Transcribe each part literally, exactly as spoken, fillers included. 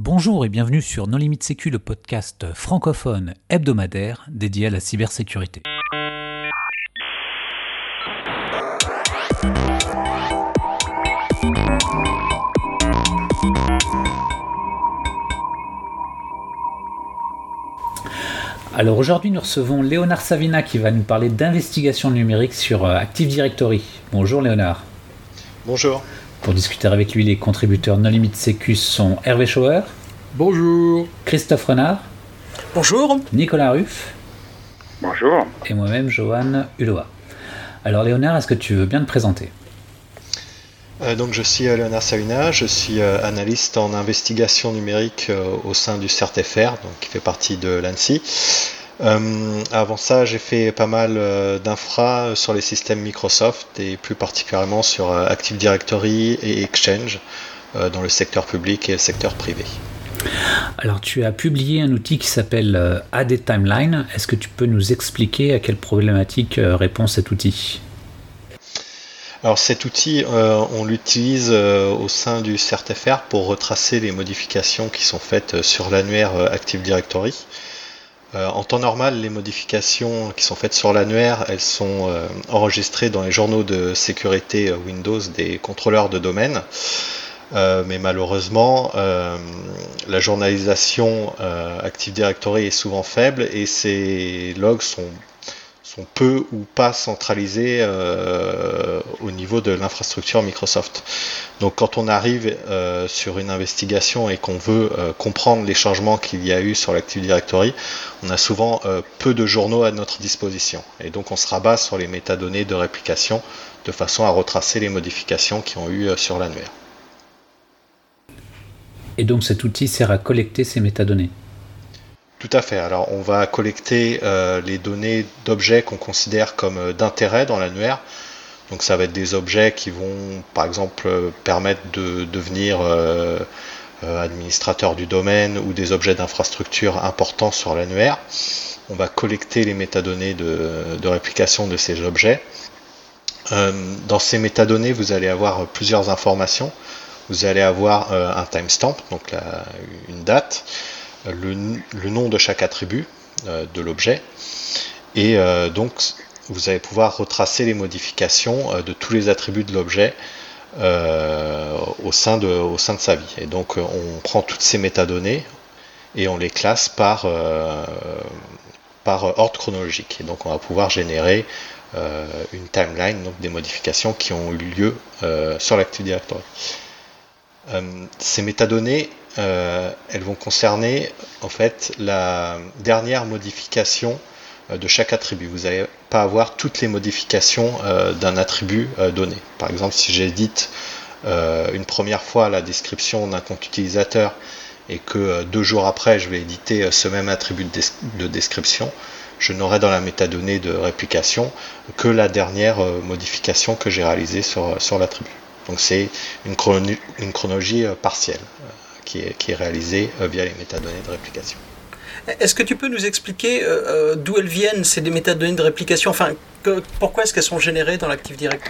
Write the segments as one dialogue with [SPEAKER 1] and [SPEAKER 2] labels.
[SPEAKER 1] Bonjour et bienvenue sur No Limit Sécu, le podcast francophone hebdomadaire dédié à la cybersécurité. Alors aujourd'hui nous recevons Léonard Savina qui va nous parler d'investigation numérique sur Active Directory. Bonjour Léonard.
[SPEAKER 2] Bonjour.
[SPEAKER 1] Pour discuter avec lui, les contributeurs No Limit Sécu sont Hervé Schauer.
[SPEAKER 3] Bonjour.
[SPEAKER 1] Christophe Renard.
[SPEAKER 4] Bonjour.
[SPEAKER 1] Nicolas Ruff.
[SPEAKER 5] Bonjour.
[SPEAKER 1] Et moi-même, Johan Hulot. Alors Léonard, est-ce que tu veux bien te présenter ?
[SPEAKER 2] euh, Donc je suis euh, Léonard Savina, je suis euh, analyste en investigation numérique euh, au sein du CERT-F R, donc qui fait partie de l'ANSSI. Euh, avant ça, j'ai fait pas mal euh, d'infra sur les systèmes Microsoft et plus particulièrement sur euh, Active Directory et Exchange euh, dans le secteur public et le secteur privé.
[SPEAKER 1] Alors tu as publié un outil qui s'appelle euh, A D Timeline. Est-ce que tu peux nous expliquer à quelle problématique euh, répond cet outil ?
[SPEAKER 2] Alors cet outil, euh, on l'utilise euh, au sein du CERT-F R pour retracer les modifications qui sont faites sur l'annuaire euh, Active Directory. Euh, en temps normal, les modifications qui sont faites sur l'annuaire, elles sont euh, enregistrées dans les journaux de sécurité euh, Windows des contrôleurs de domaine. Euh, mais malheureusement, euh, la journalisation euh, Active Directory est souvent faible et ces logs sont, sont peu ou pas centralisés euh, au niveau de l'infrastructure Microsoft. Donc quand on arrive euh, sur une investigation et qu'on veut euh, comprendre les changements qu'il y a eu sur l'Active Directory, on a souvent euh, peu de journaux à notre disposition. Et donc on se rabat sur les métadonnées de réplication de façon à retracer les modifications qui ont eu euh, sur l'annuaire.
[SPEAKER 1] Et donc cet outil sert à collecter ces métadonnées ?
[SPEAKER 2] Tout à fait. Alors on va collecter euh, les données d'objets qu'on considère comme euh, d'intérêt dans l'annuaire. Donc ça va être des objets qui vont par exemple euh, permettre de devenir euh, euh, administrateur du domaine ou des objets d'infrastructure importants sur l'annuaire. On va collecter les métadonnées de, de réplication de ces objets. Euh, dans ces métadonnées, vous allez avoir plusieurs informations. Vous allez avoir euh, un timestamp, donc la, une date, le, le nom de chaque attribut euh, de l'objet, et euh, donc vous allez pouvoir retracer les modifications euh, de tous les attributs de l'objet euh, au sein de, au sein de sa vie. Et donc on prend toutes ces métadonnées et on les classe par, euh, par ordre chronologique. Et donc on va pouvoir générer euh, une timeline, donc des modifications qui ont eu lieu euh, sur l'Active Directory. Euh, ces métadonnées, euh, elles vont concerner en fait la dernière modification euh, de chaque attribut. Vous n'allez pas avoir toutes les modifications euh, d'un attribut euh, donné. Par exemple, si j'édite euh, une première fois la description d'un compte utilisateur et que euh, deux jours après je vais éditer euh, ce même attribut de, des- de description, je n'aurai dans la métadonnée de réplication que la dernière euh, modification que j'ai réalisée sur, sur l'attribut. Donc c'est une, chrono- une chronologie euh, partielle euh, qui, est, qui est réalisée euh, via les métadonnées de réplication.
[SPEAKER 4] Est-ce que tu peux nous expliquer euh, d'où elles viennent, ces des métadonnées de réplication ? Enfin, que, pourquoi est-ce qu'elles sont générées dans l'Active Directory ?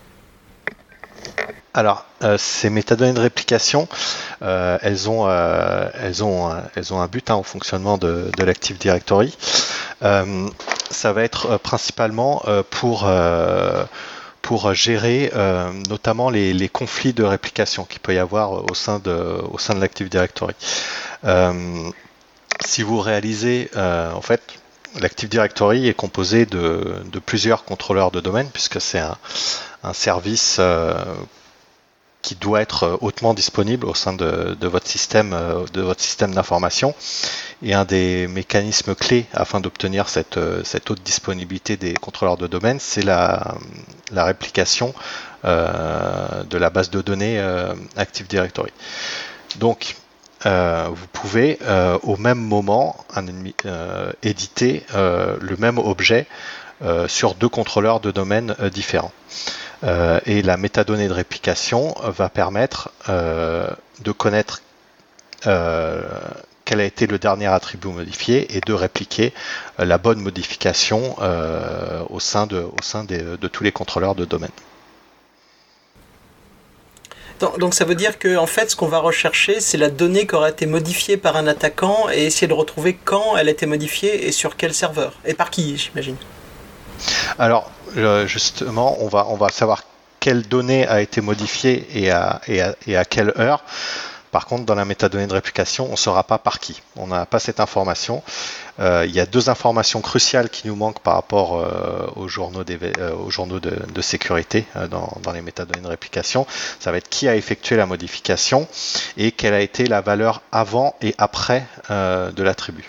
[SPEAKER 2] Alors, euh, ces métadonnées de réplication, euh, elles, ont, euh, elles, ont, un- elles ont un but hein, au fonctionnement de, de l'Active Directory. Euh, ça va être euh, principalement euh, pour... Euh, pour gérer euh, notamment les, les conflits de réplication qu'il peut y avoir au sein de, au sein de l'Active Directory. Euh, si vous réalisez, euh, en fait, l'Active Directory est composé de, de plusieurs contrôleurs de domaine, puisque c'est un, un service euh, qui doit être hautement disponible au sein de, de votre système, euh, de votre système d'information. Et un des mécanismes clés afin d'obtenir cette, cette haute disponibilité des contrôleurs de domaine, c'est la, la réplication euh, de la base de données euh, Active Directory. Donc, euh, vous pouvez euh, au même moment un, euh, éditer euh, le même objet euh, sur deux contrôleurs de domaine euh, différents. Euh, et la métadonnée de réplication va permettre euh, de connaître euh, quel a été le dernier attribut modifié et de répliquer euh, la bonne modification euh, au sein, de, au sein des, de tous les contrôleurs de domaine.
[SPEAKER 4] Donc, donc ça veut dire que en fait, ce qu'on va rechercher, c'est la donnée qui aura été modifiée par un attaquant et essayer de retrouver quand elle a été modifiée et sur quel serveur et par qui, j'imagine.
[SPEAKER 2] Alors euh, justement, on va on va savoir quelle donnée a été modifiée et à et à, et à quelle heure. Par contre, dans la métadonnée de réplication, on ne saura pas par qui. On n'a pas cette information. Euh, il y a deux informations cruciales qui nous manquent par rapport euh, aux journaux, euh, aux journaux de, de sécurité euh, dans, dans les métadonnées de réplication. Ça va être qui a effectué la modification et quelle a été la valeur avant et après euh, de l'attribut.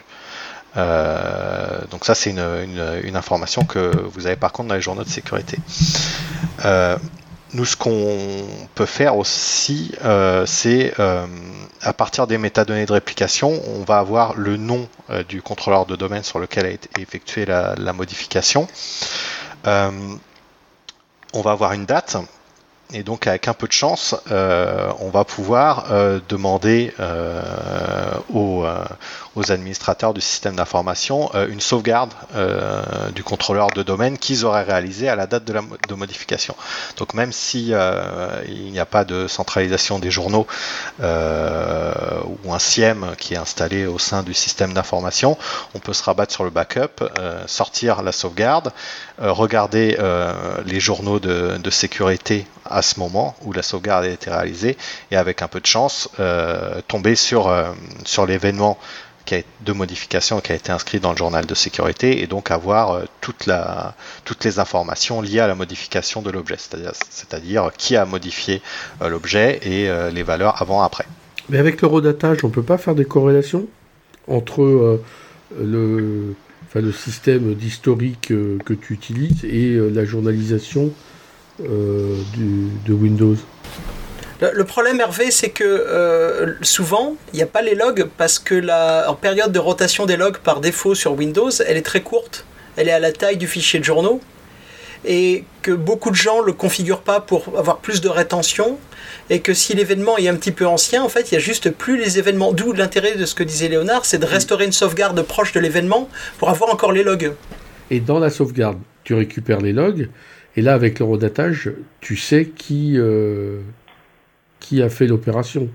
[SPEAKER 2] Euh, donc ça, c'est une, une, une information que vous avez par contre dans les journaux de sécurité. Euh, Nous, ce qu'on peut faire aussi, euh, c'est euh, à partir des métadonnées de réplication, on va avoir le nom euh, du contrôleur de domaine sur lequel a été effectuée la, la modification. Euh, on va avoir une date. Et donc, avec un peu de chance, euh, on va pouvoir euh, demander euh, aux, euh, aux administrateurs du système d'information euh, une sauvegarde euh, du contrôleur de domaine qu'ils auraient réalisé à la date de la de modification. Donc, même si euh, il n'y a pas de centralisation des journaux euh, ou un S I E M qui est installé au sein du système d'information, on peut se rabattre sur le backup, euh, sortir la sauvegarde, euh, regarder euh, les journaux de, de sécurité à ce moment où la sauvegarde a été réalisée et avec un peu de chance euh, tomber sur, euh, sur l'événement qui a, de modification qui a été inscrit dans le journal de sécurité et donc avoir euh, toute la, toutes les informations liées à la modification de l'objet, c'est-à-dire, c'est-à-dire qui a modifié euh, l'objet et euh, les valeurs avant-après.
[SPEAKER 3] Mais avec l'horodatage, on ne peut pas faire des corrélations entre euh, le, enfin, le système d'historique euh, que tu utilises et euh, la journalisation Euh, du, de Windows.
[SPEAKER 4] Le, le problème, Hervé, c'est que euh, souvent, il n'y a pas les logs parce que la en période de rotation des logs par défaut sur Windows, elle est très courte. Elle est à la taille du fichier de journaux et que beaucoup de gens ne le configurent pas pour avoir plus de rétention et que si l'événement est un petit peu ancien, en fait, il n'y a juste plus les événements. D'où l'intérêt de ce que disait Léonard, c'est de restaurer une sauvegarde proche de l'événement pour avoir encore les logs.
[SPEAKER 3] Et dans la sauvegarde, tu récupères les logs. Et là, avec l'horodatage, tu sais qui, euh, qui a fait l'opération.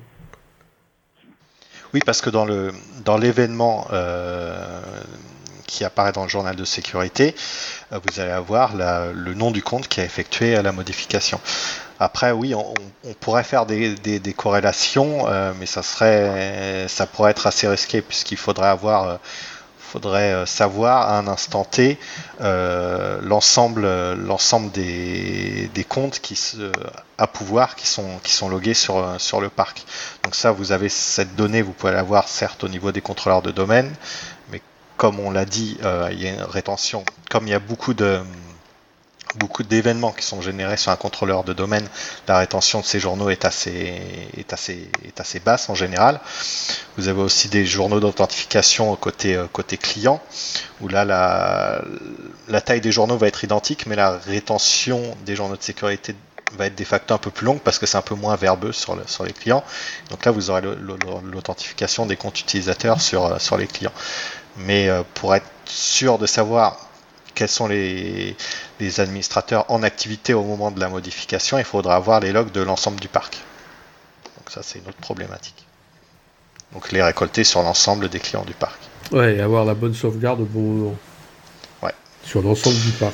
[SPEAKER 2] Oui, parce que dans, le, dans l'événement euh, qui apparaît dans le journal de sécurité, euh, vous allez avoir la, le nom du compte qui a effectué la modification. Après, oui, on, on pourrait faire des, des, des corrélations, euh, mais ça, serait, ça pourrait être assez risqué puisqu'il faudrait avoir... Euh, faudrait savoir à un instant T euh, l'ensemble, l'ensemble des, des comptes qui se, à pouvoir qui sont, qui sont logués sur, sur le parc. Donc ça, vous avez cette donnée, vous pouvez l'avoir certes au niveau des contrôleurs de domaine, mais comme on l'a dit, euh, il y a une rétention. Comme il y a beaucoup de beaucoup d'événements qui sont générés sur un contrôleur de domaine, la rétention de ces journaux est assez, est assez, est assez basse en général. Vous avez aussi des journaux d'authentification côté, côté client, où là la, la taille des journaux va être identique, mais la rétention des journaux de sécurité va être de facto un peu plus longue parce que c'est un peu moins verbeux sur, le, sur les clients. Donc là, vous aurez le, le, l'authentification des comptes utilisateurs sur, sur les clients. Mais euh, pour être sûr de savoir quels sont les, les administrateurs en activité au moment de la modification, il faudra avoir les logs de l'ensemble du parc. Donc ça, c'est une autre problématique. Donc les récolter sur l'ensemble des clients du parc.
[SPEAKER 3] Ouais, et avoir la bonne sauvegarde au bon moment.
[SPEAKER 2] Ouais.
[SPEAKER 3] Sur l'ensemble du parc.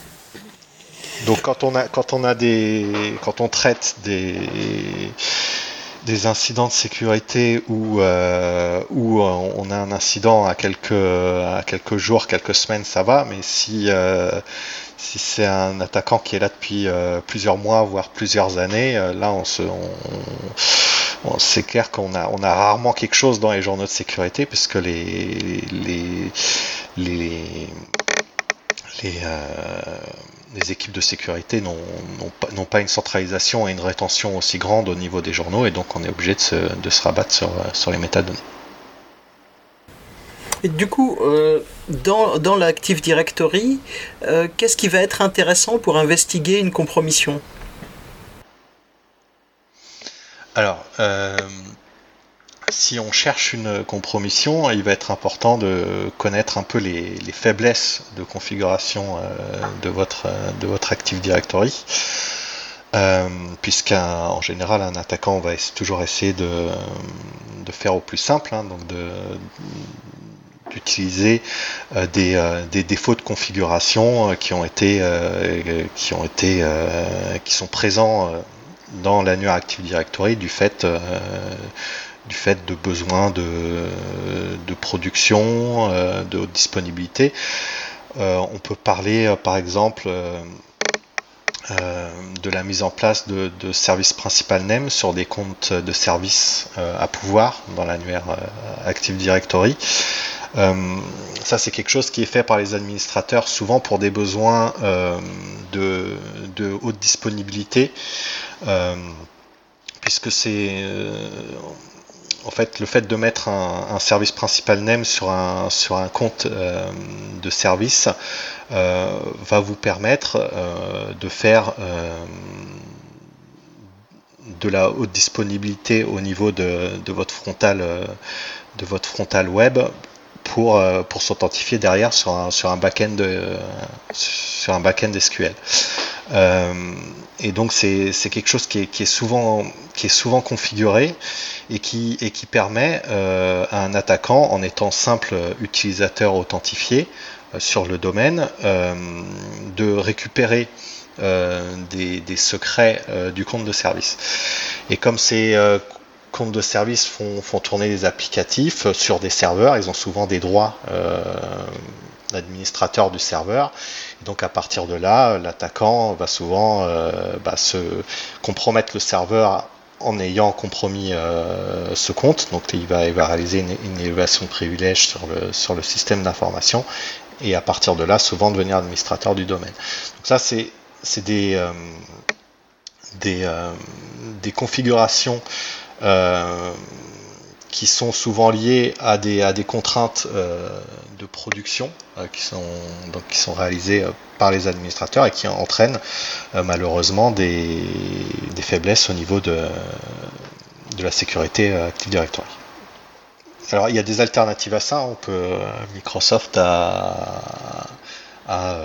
[SPEAKER 2] Donc quand on a, quand on a des, quand on traite des des incidents de sécurité où, euh, où on a un incident à quelques, à quelques jours, quelques semaines, ça va, mais si, euh, si c'est un attaquant qui est là depuis euh, plusieurs mois, voire plusieurs années, euh, là on se, on, on, c'est clair qu'on a, on a rarement quelque chose dans les journaux de sécurité, puisque les, les, les, les, euh, les équipes de sécurité n'ont, n'ont, pas, n'ont pas une centralisation et une rétention aussi grande au niveau des journaux, et donc on est obligé de se, de se rabattre sur, sur les métadonnées.
[SPEAKER 4] Et du coup, euh, dans, dans l'Active Directory, euh, qu'est-ce qui va être intéressant pour investiguer une compromission ?
[SPEAKER 2] Alors, euh, si on cherche une compromission, il va être important de connaître un peu les, les faiblesses de configuration euh, de, votre, de votre Active Directory. euh, puisqu'en général un attaquant va toujours essayer de, de faire au plus simple, hein, donc de, d'utiliser euh, des, euh, des défauts de configuration euh, qui ont été, euh, qui ont été, euh, qui sont présents euh, dans l'annuaire Active Directory du fait euh, du fait de besoins de, de production, euh, de haute disponibilité. Euh, on peut parler euh, par exemple euh, euh, de la mise en place de, de services principal name sur des comptes de services euh, à pouvoir dans l'annuaire euh, Active Directory. Euh, ça c'est quelque chose qui est fait par les administrateurs souvent pour des besoins euh, de, de haute disponibilité, euh, puisque c'est euh, en fait le fait de mettre un, un service principal name sur un, sur un compte euh, de service euh, va vous permettre euh, de faire euh, de la haute disponibilité au niveau de, de votre frontal de votre frontal web pour, pour s'authentifier derrière sur un, sur un back-end de, sur un back-end S Q L. Euh, et donc c'est, c'est quelque chose qui est, qui est souvent qui est souvent configuré et qui et qui permet euh, à un attaquant, en étant simple utilisateur authentifié euh, sur le domaine, euh, de récupérer euh, des, des secrets euh, du compte de service. Et comme ces euh, comptes de service font, font tourner des applicatifs sur des serveurs, ils ont souvent des droits euh, d'administrateur du serveur. Et donc à partir de là, l'attaquant va souvent euh, bah, se compromettre le serveur en ayant compromis euh, ce compte. Donc il va, il va réaliser une, une élévation de privilèges sur le, sur le système d'information et à partir de là, souvent devenir administrateur du domaine. Donc ça, c'est, c'est des, euh, des, euh, des configurations euh, qui sont souvent liées à des, à des contraintes euh, de production euh, qui, sont, donc, qui sont réalisées euh, par les administrateurs et qui entraînent euh, malheureusement des, des faiblesses au niveau de, de la sécurité euh, Active Directory. Alors il y a des alternatives à ça. On peut, euh, Microsoft a, a,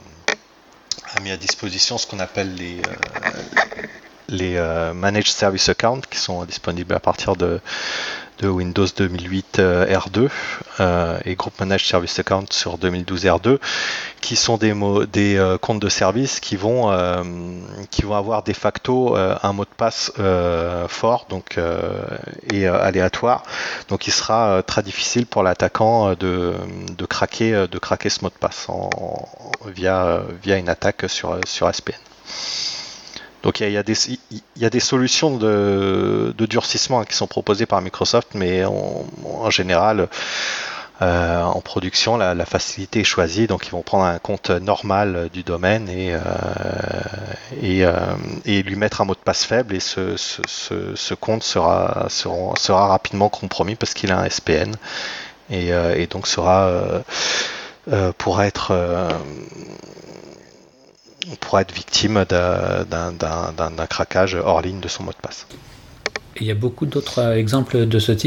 [SPEAKER 2] a mis à disposition ce qu'on appelle les, euh, les euh, Managed Service Accounts qui sont disponibles à partir de de Windows deux mille huit euh, R deux euh, et Group Managed Service Account sur deux mille douze R deux, qui sont des, mots, des euh, comptes de service qui vont, euh, qui vont avoir de facto euh, un mot de passe euh, fort donc, euh, et euh, aléatoire. Donc il sera euh, très difficile pour l'attaquant de, de, craquer, de craquer ce mot de passe en, via, via une attaque sur, sur S P N. Donc il y, y, y a des solutions de, de durcissement hein, qui sont proposées par Microsoft, mais en, en général, euh, en production, la, la facilité est choisie. Donc ils vont prendre un compte normal du domaine et, euh, et, euh, et lui mettre un mot de passe faible, et ce, ce, ce, ce compte sera, sera, sera rapidement compromis parce qu'il a un S P N et, euh, et donc sera euh, euh, pourra être euh, on pourra être victime d'un, d'un, d'un, d'un craquage hors ligne de son mot de passe.
[SPEAKER 1] Il y a beaucoup d'autres exemples de ce type ?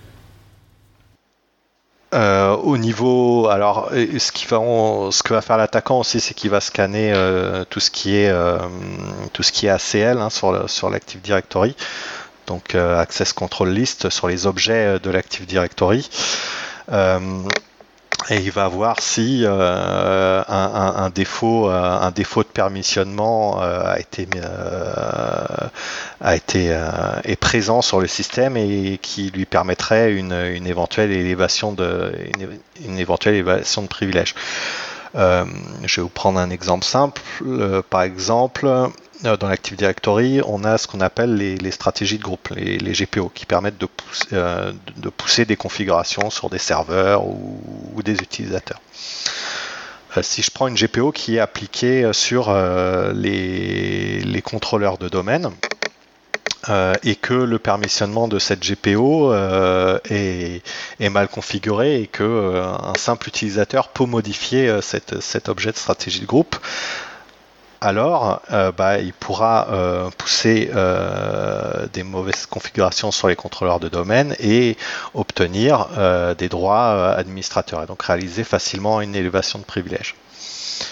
[SPEAKER 2] euh, Au niveau, alors, ce, qui va, ce que va faire l'attaquant aussi, c'est qu'il va scanner euh, tout ce qui est euh, tout ce qui est A C L hein, sur, le, sur l'Active Directory, donc euh, Access Control List sur les objets de l'Active Directory. Euh, Et il va voir si euh, un, un, un, défaut, un défaut de permissionnement euh, a été, euh, a été euh, est présent sur le système et qui lui permettrait une, une éventuelle élévation de, une, une éventuelle élévation de privilèges. Euh, je vais vous prendre un exemple simple. Euh, par exemple, dans l'Active Directory, on a ce qu'on appelle les, les stratégies de groupe, les, les G P O, qui permettent de pousser, euh, de pousser des configurations sur des serveurs ou, ou des utilisateurs. Euh, si je prends une G P O qui est appliquée sur euh, les, les contrôleurs de domaine, Euh, et que le permissionnement de cette G P O euh, est, est mal configuré et que euh, un simple utilisateur peut modifier euh, cette, cet objet de stratégie de groupe, alors euh, bah, il pourra euh, pousser euh, des mauvaises configurations sur les contrôleurs de domaine et obtenir euh, des droits euh, administrateurs et donc réaliser facilement une élévation de privilèges.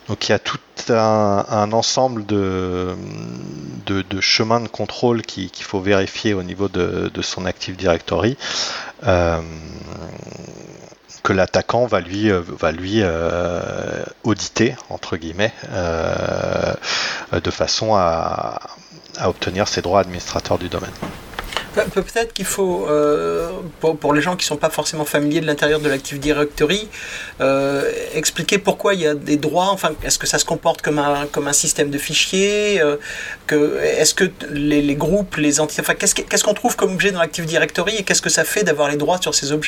[SPEAKER 2] Donc il y a tout un, un ensemble de, de, de chemins de contrôle qui, qu'il faut vérifier au niveau de, de son Active Directory, euh, que l'attaquant va lui, va lui euh, auditer, entre guillemets, euh, de façon à, à obtenir ses droits administrateurs du domaine.
[SPEAKER 4] Peut-être qu'il faut, euh, pour, pour les gens qui ne sont pas forcément familiers de l'intérieur de l'Active Directory, euh, expliquer pourquoi il y a des droits, enfin, est-ce que ça se comporte comme un, comme un système de fichiers, euh, que, est-ce que les, les groupes, les entités, enfin, qu'est-ce, qu'est-ce qu'on trouve comme objet dans l'Active Directory et qu'est-ce que ça fait d'avoir les droits sur ces objets ?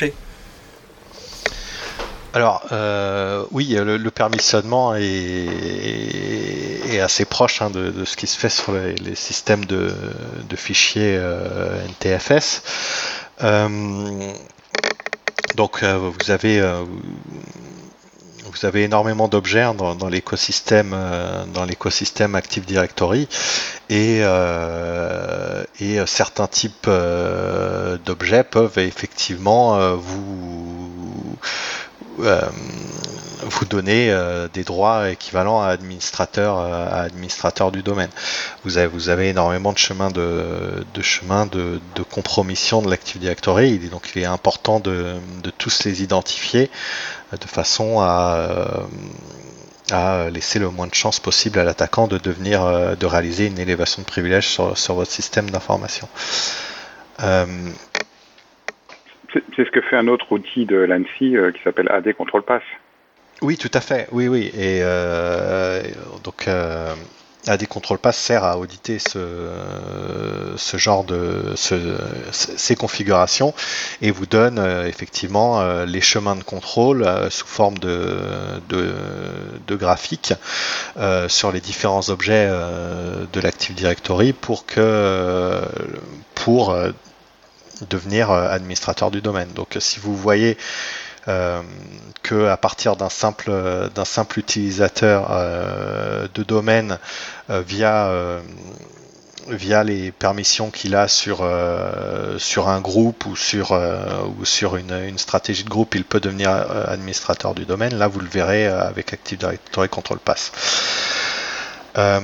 [SPEAKER 2] Alors, euh, oui, le, le permissionnement est, est assez proche hein, de, de ce qui se fait sur les, les systèmes de, de fichiers euh, N T F S. Euh, donc, euh, vous avez euh, vous avez énormément d'objets hein, dans, dans l'écosystème euh, dans l'écosystème Active Directory et euh, et certains types euh, d'objets peuvent effectivement euh, vous Euh, vous donner euh, des droits équivalents à administrateur, euh, à administrateur du domaine. Vous avez, vous avez énormément de chemins de, de, chemin de, de compromission de l'Active Directory, et donc il est important de, de tous les identifier de façon à, à laisser le moins de chances possible à l'attaquant de devenir, de réaliser une élévation de privilèges sur, sur votre système d'information. Euh,
[SPEAKER 5] C'est, c'est ce que fait un autre outil de l'ANSSI euh, qui s'appelle A D Control Pass.
[SPEAKER 2] Oui, tout à fait. Oui, oui. Et euh, donc, euh, A D Control Pass sert à auditer ce, ce genre de ce, ces configurations et vous donne euh, effectivement euh, les chemins de contrôle euh, sous forme de, de, de graphiques euh, sur les différents objets euh, de l'Active Directory pour que pour euh, devenir administrateur du domaine. Donc si vous voyez euh, que à partir d'un simple d'un simple utilisateur euh, de domaine euh, via euh, via les permissions qu'il a sur euh, sur un groupe ou sur euh, ou sur une, une stratégie de groupe, il peut devenir euh, administrateur du domaine. Là, vous le verrez avec Active Directory Control Pass. Euh,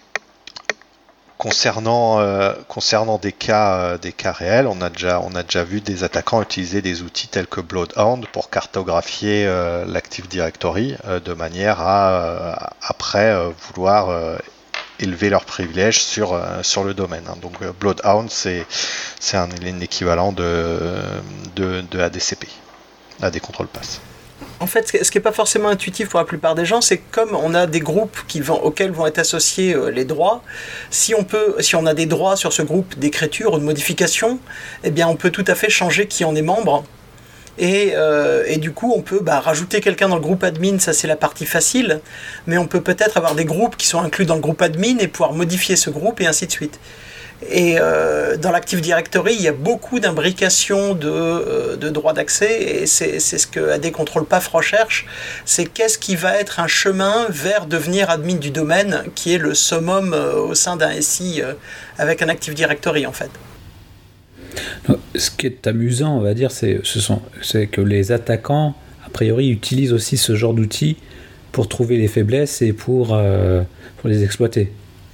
[SPEAKER 2] Concernant, euh, concernant des cas, euh, des cas réels, on a, déjà, on a déjà vu des attaquants utiliser des outils tels que Bloodhound pour cartographier euh, l'Active Directory euh, de manière à, euh, après, euh, vouloir euh, élever leurs privilèges sur, euh, sur le domaine. Hein. Donc euh, Bloodhound, c'est, c'est un, un équivalent de, de, de A D C P, A D Control Pass.
[SPEAKER 4] En fait, ce qui n'est pas forcément intuitif pour la plupart des gens, c'est que comme on a des groupes qui vont, auxquels vont être associés euh, les droits, si on, peut, si on a des droits sur ce groupe d'écriture ou de modification, eh bien on peut tout à fait changer qui en est membre. Et, euh, et du coup, on peut bah, rajouter quelqu'un dans le groupe admin, ça c'est la partie facile, mais on peut peut-être avoir des groupes qui sont inclus dans le groupe admin et pouvoir modifier ce groupe et ainsi de suite. Et euh, dans l'Active Directory, il y a beaucoup d'imbrications de, euh, de droits d'accès, et c'est, c'est ce que A D Control Pass recherche, c'est qu'est-ce qui va être un chemin vers devenir admin du domaine, qui est le summum euh, au sein d'un S I euh, avec un Active Directory en fait.
[SPEAKER 1] Ce qui est amusant, on va dire, c'est, ce sont, c'est que les attaquants, a priori, utilisent aussi ce genre d'outils pour trouver les faiblesses et pour, euh, pour les exploiter.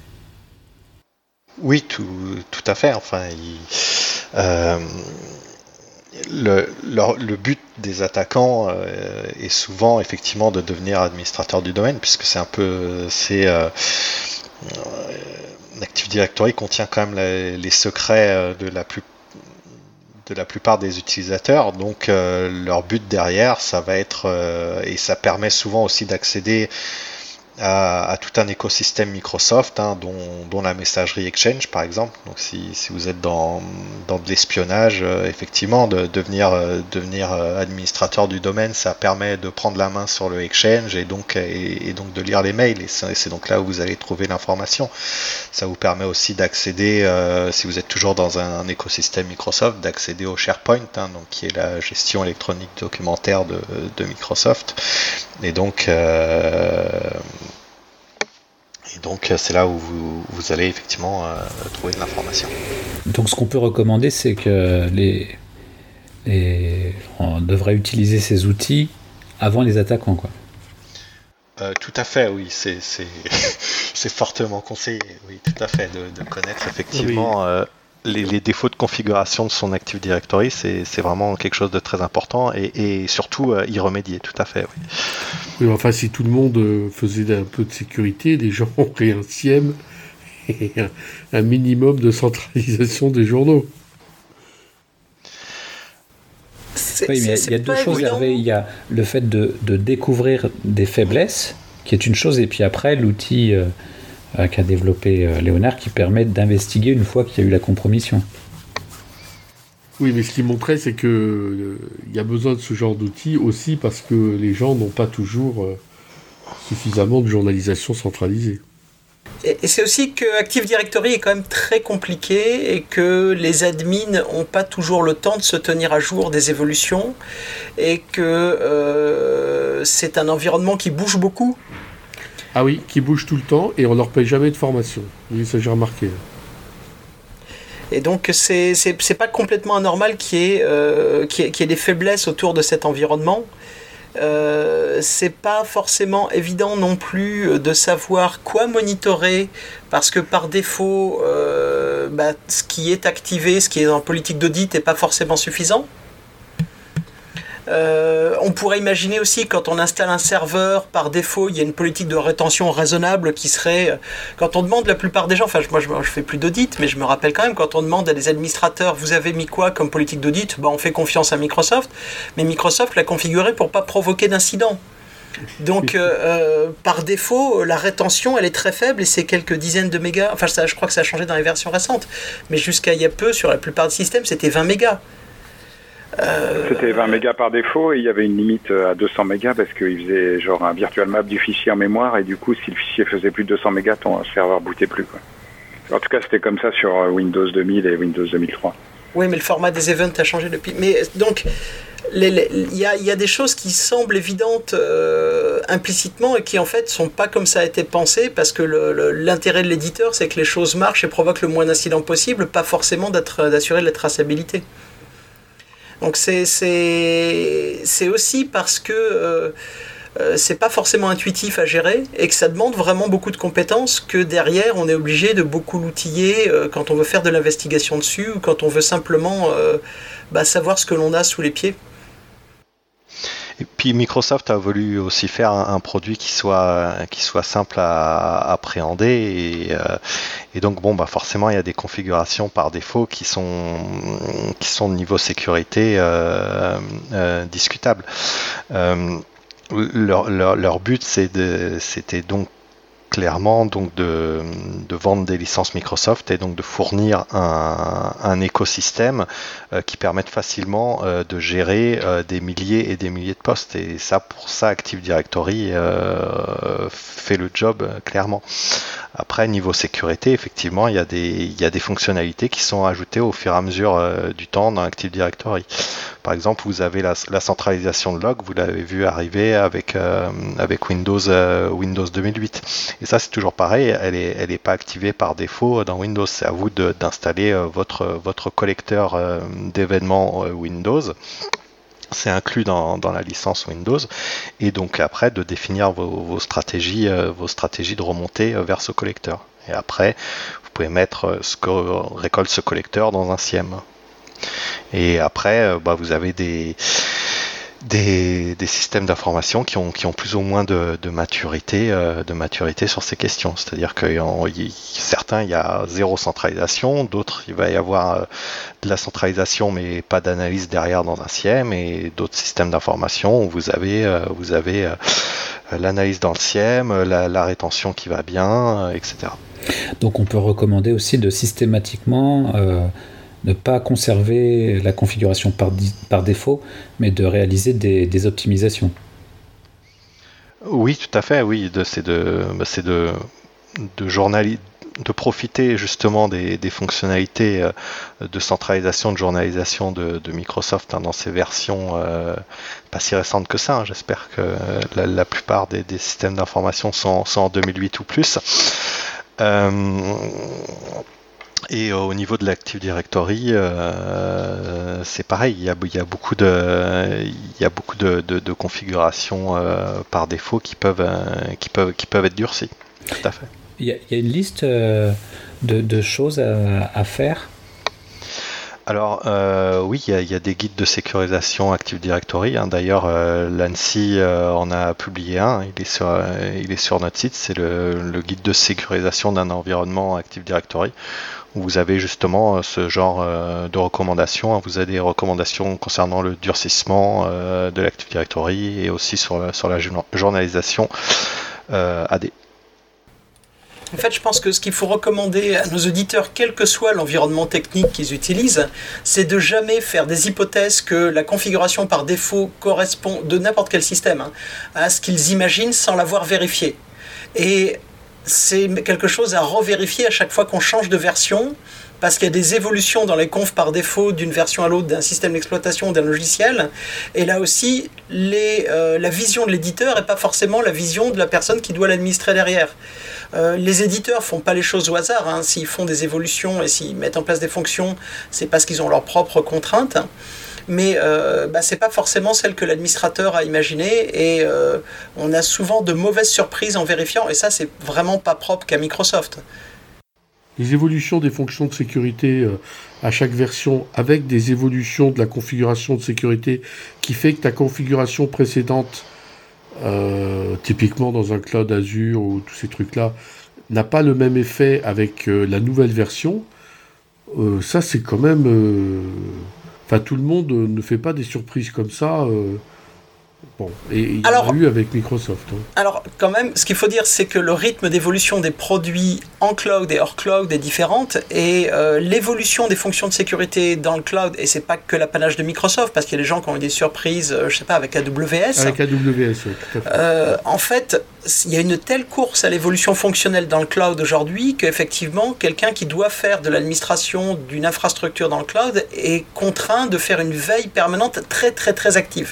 [SPEAKER 2] Oui, tout, tout à fait. Enfin, il, euh, le, le, le but des attaquants euh, est souvent effectivement de devenir administrateur du domaine, puisque c'est un peu, c'est euh, l'Active Directory contient quand même les, les secrets de la plus de la plupart des utilisateurs, donc euh, leur but derrière, ça va être euh, et ça permet souvent aussi d'accéder À, à tout un écosystème Microsoft, hein, dont, dont la messagerie Exchange par exemple. Donc si, si vous êtes dans, dans de l'espionnage, euh, effectivement, de devenir, euh, devenir euh, administrateur du domaine, ça permet de prendre la main sur le Exchange et donc, et, et donc de lire les mails. Et c'est, c'est donc là où vous allez trouver l'information. Ça vous permet aussi d'accéder, euh, si vous êtes toujours dans un, un écosystème Microsoft, d'accéder au SharePoint, hein, donc, qui est la gestion électronique documentaire de, de Microsoft. Et donc, euh, et donc c'est là où vous, vous allez effectivement euh, trouver de l'information.
[SPEAKER 1] Donc ce qu'on peut recommander, c'est que les, les, on devrait utiliser ces outils avant les attaquants, quoi.
[SPEAKER 2] Euh, tout à fait, oui, c'est, c'est, c'est fortement conseillé, oui, tout à fait, de, de connaître effectivement oui. euh, les, les défauts de configuration de son Active Directory, c'est, c'est vraiment quelque chose de très important et, et surtout euh, y remédier, tout à fait, oui.
[SPEAKER 3] Oui, enfin, si tout le monde faisait un peu de sécurité, les gens auraient un S I E M et un, un minimum de centralisation des journaux.
[SPEAKER 1] C'est, oui, mais il y a deux choses, Hervé. Il y a le fait de, de découvrir des faiblesses, qui est une chose, et puis après, l'outil euh, euh, qu'a développé euh, Léonard qui permet d'investiguer une fois qu'il y a eu la compromission.
[SPEAKER 3] Oui, mais ce qu'il montrait, c'est qu'il euh, y a besoin de ce genre d'outil aussi parce que les gens n'ont pas toujours euh, suffisamment de journalisation centralisée.
[SPEAKER 4] Et, et c'est aussi que Active Directory est quand même très compliqué et que les admins n'ont pas toujours le temps de se tenir à jour des évolutions et que euh, c'est un environnement qui bouge beaucoup.
[SPEAKER 3] Ah oui, qui bouge tout le temps et on ne leur paye jamais de formation. Oui, ça j'ai remarqué.
[SPEAKER 4] Et donc c'est, c'est, c'est pas complètement anormal qu'il y ait, euh, qu'il y ait, qu'il y ait des faiblesses autour de cet environnement. Euh, c'est pas forcément évident non plus de savoir quoi monitorer parce que par défaut euh, bah, ce qui est activé, ce qui est en politique d'audit n'est pas forcément suffisant. Euh, on pourrait imaginer aussi quand on installe un serveur, par défaut, il y a une politique de rétention raisonnable qui serait, quand on demande la plupart des gens, enfin moi je, je fais plus d'audit, mais je me rappelle quand même quand on demande à des administrateurs, vous avez mis quoi comme politique d'audit, ben, on fait confiance à Microsoft, mais Microsoft l'a configuré pour pas provoquer d'incident. Donc euh, euh, par défaut, la rétention elle est très faible et c'est quelques dizaines de mégas, enfin ça, je crois que ça a changé dans les versions récentes, mais jusqu'à il y a peu sur la plupart des systèmes c'était vingt mégas.
[SPEAKER 5] Euh... C'était vingt mégas par défaut et il y avait une limite à deux cents mégas parce qu'il faisait genre un virtual map du fichier en mémoire et du coup si le fichier faisait plus de deux cents mégas, ton serveur bootait plus quoi. En tout cas c'était comme ça sur Windows deux mille et Windows deux mille trois.
[SPEAKER 4] Oui mais le format des events a changé depuis. Mais donc il y a, y a des choses qui semblent évidentes euh, implicitement et qui en fait sont pas comme ça a été pensé parce que le, le, l'intérêt de l'éditeur c'est que les choses marchent et provoquent le moins d'incidents possible, pas forcément d'être, d'assurer la traçabilité. Donc c'est, c'est, c'est aussi parce que euh, euh, c'est pas forcément intuitif à gérer et que ça demande vraiment beaucoup de compétences que derrière on est obligé de beaucoup l'outiller euh, quand on veut faire de l'investigation dessus ou quand on veut simplement euh, bah, savoir ce que l'on a sous les pieds.
[SPEAKER 2] Et puis Microsoft a voulu aussi faire un, un produit qui soit qui soit simple à, à appréhender et, euh, et donc bon bah forcément il y a des configurations par défaut qui sont qui sont de niveau sécurité euh, euh, discutables. Euh, leur, leur, leur but c'est de, c'était donc clairement donc de, de vendre des licences Microsoft et donc de fournir un, un écosystème euh, qui permette facilement euh, de gérer euh, des milliers et des milliers de postes et ça pour ça Active Directory euh, fait le job euh, clairement. Après niveau sécurité effectivement il y a des, il y a des fonctionnalités qui sont ajoutées au fur et à mesure euh, du temps dans Active Directory. Par exemple vous avez la, la centralisation de log, vous l'avez vu arriver avec, euh, avec Windows, euh, Windows deux mille huit. Et ça c'est toujours pareil, elle n'est elle est pas activée par défaut dans Windows, c'est à vous de, d'installer euh, votre, votre collecteur euh, d'événements euh, Windows. C'est inclus dans, dans la licence Windows et donc après de définir vos, vos stratégies, euh, vos stratégies de remontée euh, vers ce collecteur. Et après vous pouvez mettre euh, ce que récolte ce collecteur dans un S I E M. Et après euh, bah, vous avez des Des, des systèmes d'information qui ont, qui ont plus ou moins de, de, maturité, euh, de maturité sur ces questions. C'est-à-dire que en, y, certains, il y a zéro centralisation, d'autres, il va y avoir euh, de la centralisation mais pas d'analyse derrière dans un S I E M, et d'autres systèmes d'information où vous avez, euh, vous avez euh, l'analyse dans le S I E M, la, la rétention qui va bien, euh, et cetera.
[SPEAKER 1] Donc on peut recommander aussi de systématiquement... Euh ne pas conserver la configuration par, di- par défaut, mais de réaliser des, des optimisations.
[SPEAKER 2] Oui, tout à fait, oui. De, c'est de, c'est de, de, journali- de profiter justement des, des fonctionnalités de centralisation, de journalisation de, de Microsoft hein, dans ces versions euh, pas si récentes que ça. Hein. J'espère que la, la plupart des, des systèmes d'information sont, sont en deux mille huit ou plus. Euh, Et au niveau de l'Active Directory, euh, c'est pareil, il y a, il y a beaucoup de, il y a beaucoup de, de, de configurations euh, par défaut qui peuvent, euh, qui peuvent, qui peuvent être durcies. Tout à fait.
[SPEAKER 1] Il y a, il y a une liste euh, de, de choses à, à faire.
[SPEAKER 2] Alors euh, oui, il y, a, il y a des guides de sécurisation Active Directory. Hein. D'ailleurs, euh, l'ANSSI euh, en a publié un. Il est sur, euh, il est sur notre site. C'est le, le guide de sécurisation d'un environnement Active Directory. Où vous avez justement ce genre euh, de recommandations. Vous avez des recommandations concernant le durcissement euh, de l'Active Directory et aussi sur la, sur la journalisation euh, A D.
[SPEAKER 4] En fait, je pense que ce qu'il faut recommander à nos auditeurs, quel que soit l'environnement technique qu'ils utilisent, c'est de jamais faire des hypothèses que la configuration par défaut correspond, de n'importe quel système, hein, à ce qu'ils imaginent sans l'avoir vérifié. Et c'est quelque chose à revérifier à chaque fois qu'on change de version, parce qu'il y a des évolutions dans les confs par défaut d'une version à l'autre d'un système d'exploitation ou d'un logiciel. Et là aussi, les, euh, la vision de l'éditeur n'est pas forcément la vision de la personne qui doit l'administrer derrière. Euh, les éditeurs font pas les choses au hasard. Hein. S'ils font des évolutions et s'ils mettent en place des fonctions, c'est parce qu'ils ont leurs propres contraintes. Mais euh, bah, c'est pas forcément celle que l'administrateur a imaginée, et euh, on a souvent de mauvaises surprises en vérifiant, et ça c'est vraiment pas propre qu'à Microsoft.
[SPEAKER 3] Les évolutions des fonctions de sécurité euh, à chaque version, avec des évolutions de la configuration de sécurité qui fait que ta configuration précédente, euh, typiquement dans un cloud Azure ou tous ces trucs-là, n'a pas le même effet avec euh, la nouvelle version, euh, ça c'est quand même... Euh, Enfin, tout le monde euh, ne fait pas des surprises comme ça. Euh, bon, et il y en a eu avec Microsoft. Hein.
[SPEAKER 4] Alors, quand même, ce qu'il faut dire, c'est que le rythme d'évolution des produits en cloud et hors cloud est différente, et euh, l'évolution des fonctions de sécurité dans le cloud, et c'est pas que l'apanage de Microsoft, parce qu'il y a des gens qui ont eu des surprises, euh, je sais pas, avec A W S.
[SPEAKER 3] Avec A W S, oui, tout à fait.
[SPEAKER 4] Euh, en fait, il y a une telle course à l'évolution fonctionnelle dans le cloud aujourd'hui qu'effectivement, quelqu'un qui doit faire de l'administration d'une infrastructure dans le cloud est contraint de faire une veille permanente très très très active.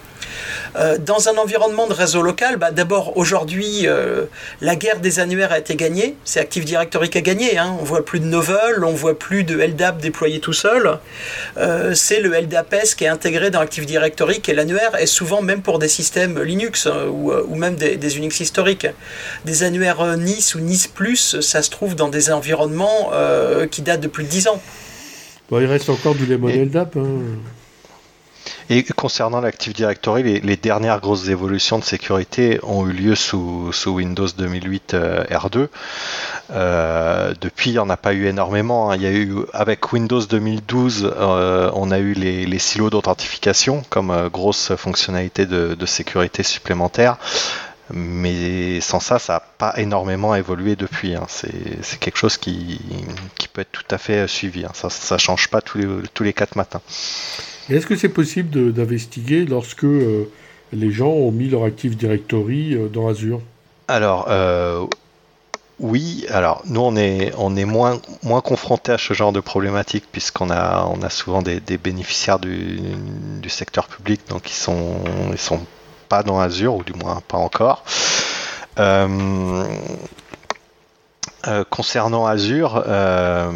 [SPEAKER 4] Euh, dans un environnement de réseau local, bah, d'abord aujourd'hui, euh, la guerre des annuaires a été gagnée. C'est Active Directory qui a gagné. Hein. On ne voit plus de Novell, on ne voit plus de L D A P déployé tout seul. Euh, c'est le L D A P S qui est intégré dans Active Directory, qui est l'annuaire, et souvent même pour des systèmes Linux euh, ou, ou même des, des Unix historiques. Des annuaires euh, Nice ou Nice Plus, ça se trouve dans des environnements euh, qui datent de plus de dix ans.
[SPEAKER 3] Bon, il reste encore du Lemon L D A P. Hein.
[SPEAKER 2] Et concernant l'Active Directory, les, les dernières grosses évolutions de sécurité ont eu lieu sous, sous Windows deux mille huit euh, R deux. Euh, depuis, il n'y en a pas eu énormément. Hein. Il y a eu, avec Windows deux mille douze, euh, on a eu les, les silos d'authentification comme euh, grosse fonctionnalité de, de sécurité supplémentaire. Mais sans ça, ça n'a pas énormément évolué depuis. Hein. C'est, c'est quelque chose qui, qui peut être tout à fait suivi. Hein. Ça ne change pas tous les, tous les quatre matins.
[SPEAKER 3] Et est-ce que c'est possible de, d'investiguer lorsque euh, les gens ont mis leur Active Directory euh, dans Azure ?
[SPEAKER 2] Alors, euh, oui. Alors, nous, on est, on est moins, moins confrontés à ce genre de problématique puisqu'on a, on a souvent des, des bénéficiaires du, du secteur public, donc ils sont, ils sont pas dans Azure, ou du moins pas encore. Euh, euh, concernant Azure, euh,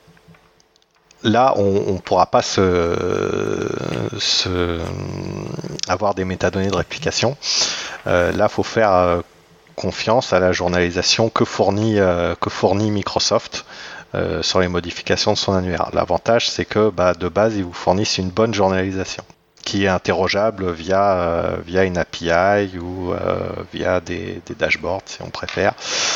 [SPEAKER 2] là, on ne pourra pas se, se, avoir des métadonnées de réplication. Euh, là, il faut faire euh, confiance à la journalisation que fournit, euh, que fournit Microsoft euh, sur les modifications de son annuaire. L'avantage, c'est que bah, de base, ils vous fournissent une bonne journalisation qui est interrogeable via, euh, via une A P I ou euh, via des, des dashboards, si on préfère.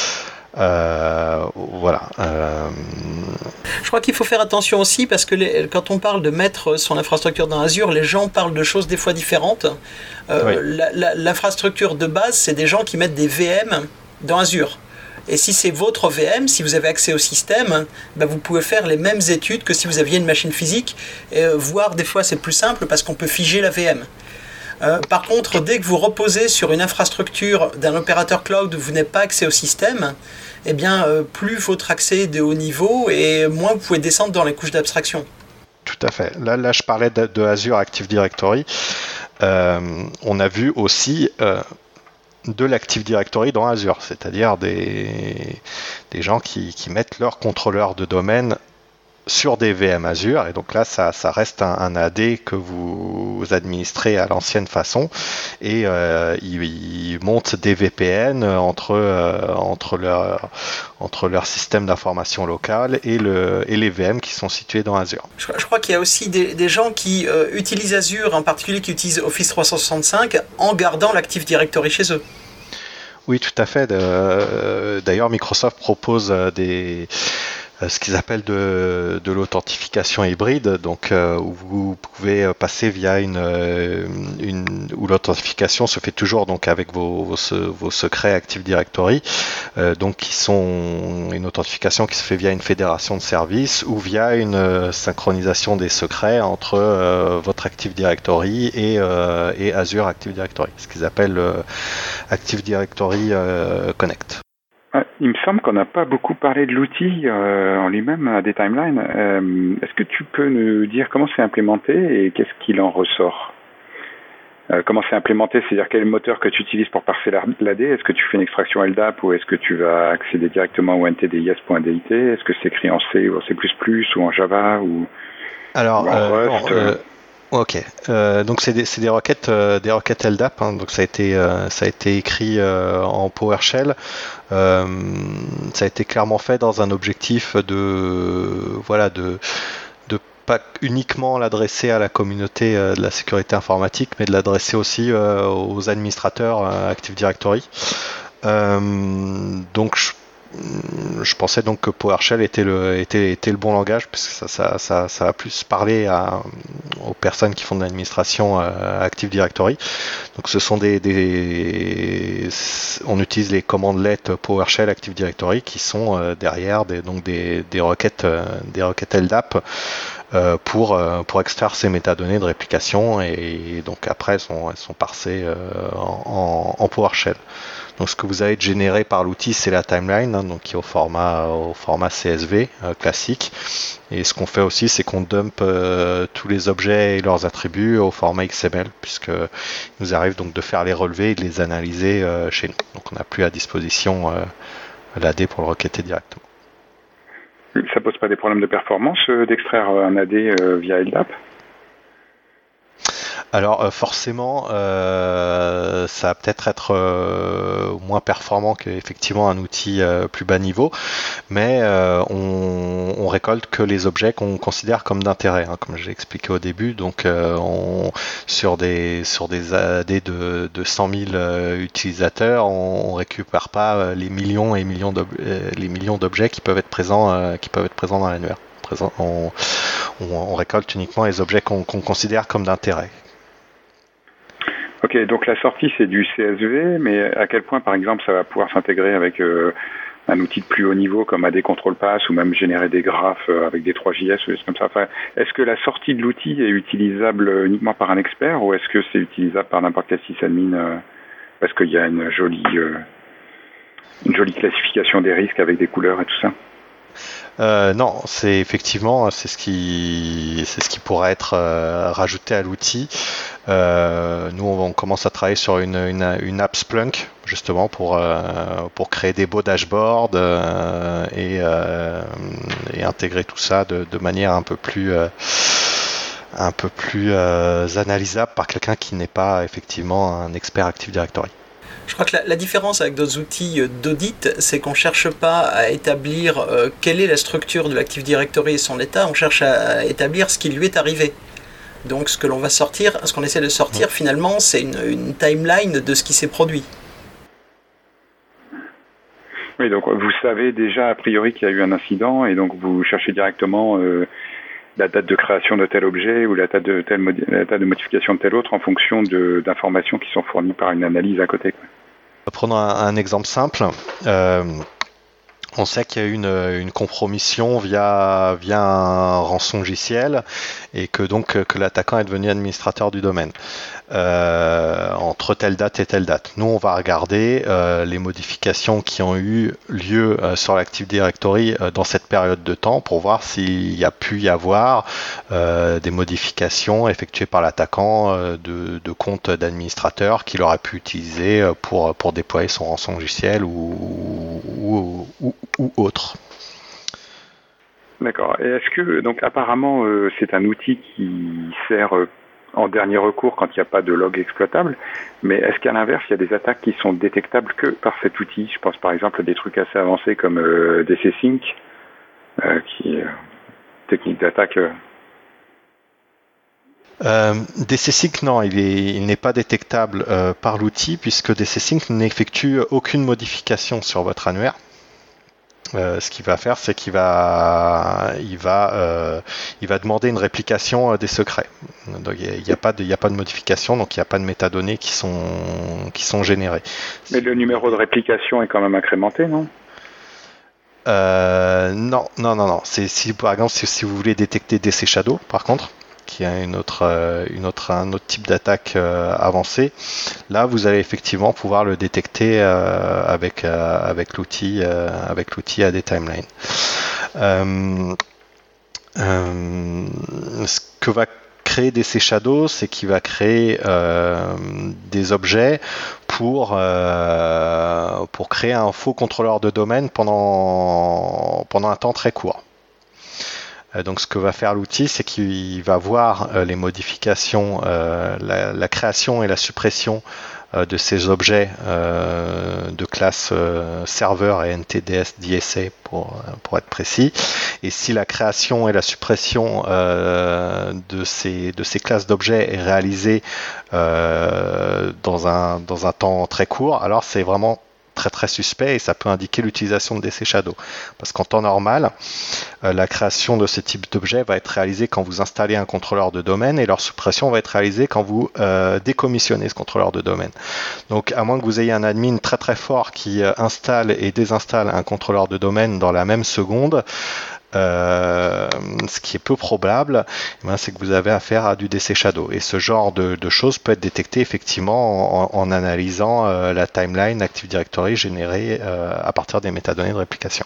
[SPEAKER 2] Euh, voilà. Euh...
[SPEAKER 4] Je crois qu'il faut faire attention aussi parce que les, quand on parle de mettre son infrastructure dans Azure, les gens parlent de choses des fois différentes. Euh, oui. la, la, l'infrastructure de base, c'est des gens qui mettent des V M dans Azure. Et si c'est votre V M, si vous avez accès au système, ben vous pouvez faire les mêmes études que si vous aviez une machine physique, et euh, voire des fois c'est plus simple parce qu'on peut figer la V M. Euh, par contre, dès que vous reposez sur une infrastructure d'un opérateur cloud où vous n'avez pas accès au système, eh bien, euh, plus votre accès est de haut niveau et moins vous pouvez descendre dans les couches d'abstraction.
[SPEAKER 2] Tout à fait. Là, là je parlais de, de Azure Active Directory. Euh, on a vu aussi euh, de l'Active Directory dans Azure, c'est-à-dire des, des gens qui, qui mettent leur contrôleur de domaine sur des V M Azure, et donc là ça, ça reste un, un A D que vous administrez à l'ancienne façon, et euh, il, il monte des V P N entre, euh, entre, leur, entre leur système d'information locale et, le, et les V M qui sont situés dans Azure.
[SPEAKER 4] Je, je crois qu'il y a aussi des, des gens qui euh, utilisent Azure, en particulier qui utilisent Office trois cent soixante-cinq en gardant l'Active Directory chez eux.
[SPEAKER 2] Oui, tout à fait. D'ailleurs, Microsoft propose des... ce qu'ils appellent de, de l'authentification hybride, donc euh, où vous pouvez passer via une, une où l'authentification se fait toujours donc avec vos, vos, vos secrets Active Directory, euh, donc qui sont une authentification qui se fait via une fédération de services ou via une synchronisation des secrets entre euh, votre Active Directory et, euh, et Azure Active Directory, ce qu'ils appellent euh, Active Directory euh, Connect.
[SPEAKER 5] Il me semble qu'on n'a pas beaucoup parlé de l'outil euh, en lui-même à des timelines. Euh, est-ce que tu peux nous dire comment c'est implémenté et qu'est-ce qu'il en ressort? euh, Comment c'est implémenté, c'est-à-dire quel moteur que tu utilises pour parser l'A D? Est-ce que tu fais une extraction L D A P ou est-ce que tu vas accéder directement au N T D I S point D I T? Est-ce que c'est écrit en C ou en C plus plus ou en Java ou,
[SPEAKER 2] Alors,
[SPEAKER 5] ou en
[SPEAKER 2] euh,
[SPEAKER 5] Rust
[SPEAKER 2] non, euh... Ok, euh, donc c'est des, c'est des requêtes, euh, des requêtes L D A P, hein, donc ça a été, euh, ça a été écrit euh, en PowerShell. Euh, ça a été clairement fait dans un objectif de, voilà, de, de pas uniquement l'adresser à la communauté euh, de la sécurité informatique, mais de l'adresser aussi euh, aux administrateurs euh, Active Directory. Euh, donc je Je pensais donc que PowerShell était le, était, était le bon langage, puisque ça, ça, ça, ça va plus parler à, aux personnes qui font de l'administration euh, Active Directory. Donc ce sont des, des on utilise les commandelet PowerShell Active Directory qui sont euh, derrière des, donc des, des requêtes, euh, des requêtes L D A P euh, pour, euh, pour extraire ces métadonnées de réplication, et, et donc après elles sont, elles sont parsées euh, en, en PowerShell. Donc ce que vous avez généré par l'outil, c'est la timeline, hein, donc qui est au format, au format C S V euh, classique. Et ce qu'on fait aussi, c'est qu'on dump euh, tous les objets et leurs attributs au format X M L, puisqu'il nous arrive donc de faire les relevés et de les analyser euh, chez nous. Donc on n'a plus à disposition euh, l'A D pour le requêter directement.
[SPEAKER 5] Ça pose pas des problèmes de performance euh, d'extraire un A D euh, via L D A P?
[SPEAKER 2] Alors euh, forcément, euh, ça va peut-être être euh, moins performant qu'effectivement un outil euh, plus bas niveau, mais euh, on, on récolte que les objets qu'on considère comme d'intérêt, hein, comme j'ai expliqué au début. Donc euh, on, sur des sur des A D de, de cent mille euh, utilisateurs, on, on récupère pas les millions et millions euh, les millions d'objets qui peuvent être présents euh, qui peuvent être présents dans l'annuaire. On, on, on récolte uniquement les objets qu'on qu'on considère comme d'intérêt.
[SPEAKER 5] Ok, donc la sortie c'est du C S V, mais à quel point par exemple ça va pouvoir s'intégrer avec euh, un outil de plus haut niveau comme A D Control Pass ou même générer des graphes avec des trois J S ou des choses comme ça. Enfin, est-ce que la sortie de l'outil est utilisable uniquement par un expert ou est-ce que c'est utilisable par n'importe quel sysadmin euh, parce qu'il y a une jolie, euh, une jolie classification des risques avec des couleurs et tout ça?
[SPEAKER 2] Euh, non, c'est effectivement c'est ce qui c'est ce qui pourrait être euh, rajouté à l'outil. Euh, nous, on, on commence à travailler sur une une, une app Splunk justement pour euh, pour créer des beaux dashboards euh, et euh, et intégrer tout ça de, de manière un peu plus euh, un peu plus euh, analysable par quelqu'un qui n'est pas effectivement un expert Active Directory.
[SPEAKER 4] Je crois que la, la différence avec d'autres outils d'audit, c'est qu'on ne cherche pas à établir euh, quelle est la structure de l'Active Directory et son état, on cherche à, à établir ce qui lui est arrivé. Donc ce que l'on va sortir, ce qu'on essaie de sortir, finalement, c'est une, une timeline de ce qui s'est produit.
[SPEAKER 5] Oui, donc vous savez déjà a priori qu'il y a eu un incident et donc vous cherchez directement euh, la date de création de tel objet ou la date de, telle modi- la date de modification de tel autre en fonction de, d'informations qui sont fournies par une analyse à côté, quoi.
[SPEAKER 2] Prenons un, un exemple simple. Euh, on sait qu'il y a eu une, une compromission via, via un rançon logiciel et que donc que l'attaquant est devenu administrateur du domaine euh, entre telle date et telle date. Nous, on va regarder euh, les modifications qui ont eu lieu euh, sur l'Active Directory euh, dans cette période de temps pour voir s'il y a pu y avoir euh, des modifications effectuées par l'attaquant euh, de, de comptes d'administrateur qu'il aurait pu utiliser pour, pour déployer son rançon logiciel ou, ou, ou, ou autre.
[SPEAKER 5] D'accord. Et est-ce que, donc apparemment, euh, c'est un outil qui sert euh, en dernier recours quand il n'y a pas de log exploitable, mais est-ce qu'à l'inverse, il y a des attaques qui sont détectables que par cet outil? Je pense par exemple à des trucs assez avancés comme euh, D C Sync, euh, qui est euh, technique d'attaque. Euh...
[SPEAKER 2] Euh, D C Sync, non, il est, il n'est pas détectable euh, par l'outil puisque D C Sync n'effectue aucune modification sur votre annuaire. Euh, ce qu'il va faire, c'est qu'il va, il va, euh, il va demander une réplication euh, des secrets. Donc il n'y a, a pas de, il y a pas de modification, donc il n'y a pas de métadonnées qui sont, qui sont générées.
[SPEAKER 5] Mais le numéro de réplication est quand même incrémenté, non?
[SPEAKER 2] euh, Non, non, non, non. C'est si par exemple si, si vous voulez détecter D C Shadow, par contre, qui a une autre, euh, une autre, un autre type d'attaque euh, avancée. Là, vous allez effectivement pouvoir le détecter euh, avec, euh, avec l'outil, euh, avec l'outil A D Timeline. Euh, euh, ce que va créer D C Shadow, c'est qu'il va créer euh, des objets pour, euh, pour créer un faux contrôleur de domaine pendant, pendant un temps très court. Donc ce que va faire l'outil, c'est qu'il va voir euh, les modifications, euh, la, la création et la suppression euh, de ces objets euh, de classe euh, serveur et N T D S D S A pour, pour être précis. Et si la création et la suppression euh, de, ces, de ces classes d'objets est réalisée euh, dans, un, dans un temps très court, alors c'est vraiment très très suspect et ça peut indiquer l'utilisation de D C Shadow. Parce qu'en temps normal, euh, la création de ce type d'objet va être réalisée quand vous installez un contrôleur de domaine et leur suppression va être réalisée quand vous euh, décommissionnez ce contrôleur de domaine. Donc à moins que vous ayez un admin très très fort qui euh, installe et désinstalle un contrôleur de domaine dans la même seconde, Euh, ce qui est peu probable, eh bien, c'est que vous avez affaire à du D C Shadow. Et ce genre de, de choses peut être détecté effectivement en, en analysant euh, la timeline Active Directory générée euh, à partir des métadonnées de réplication.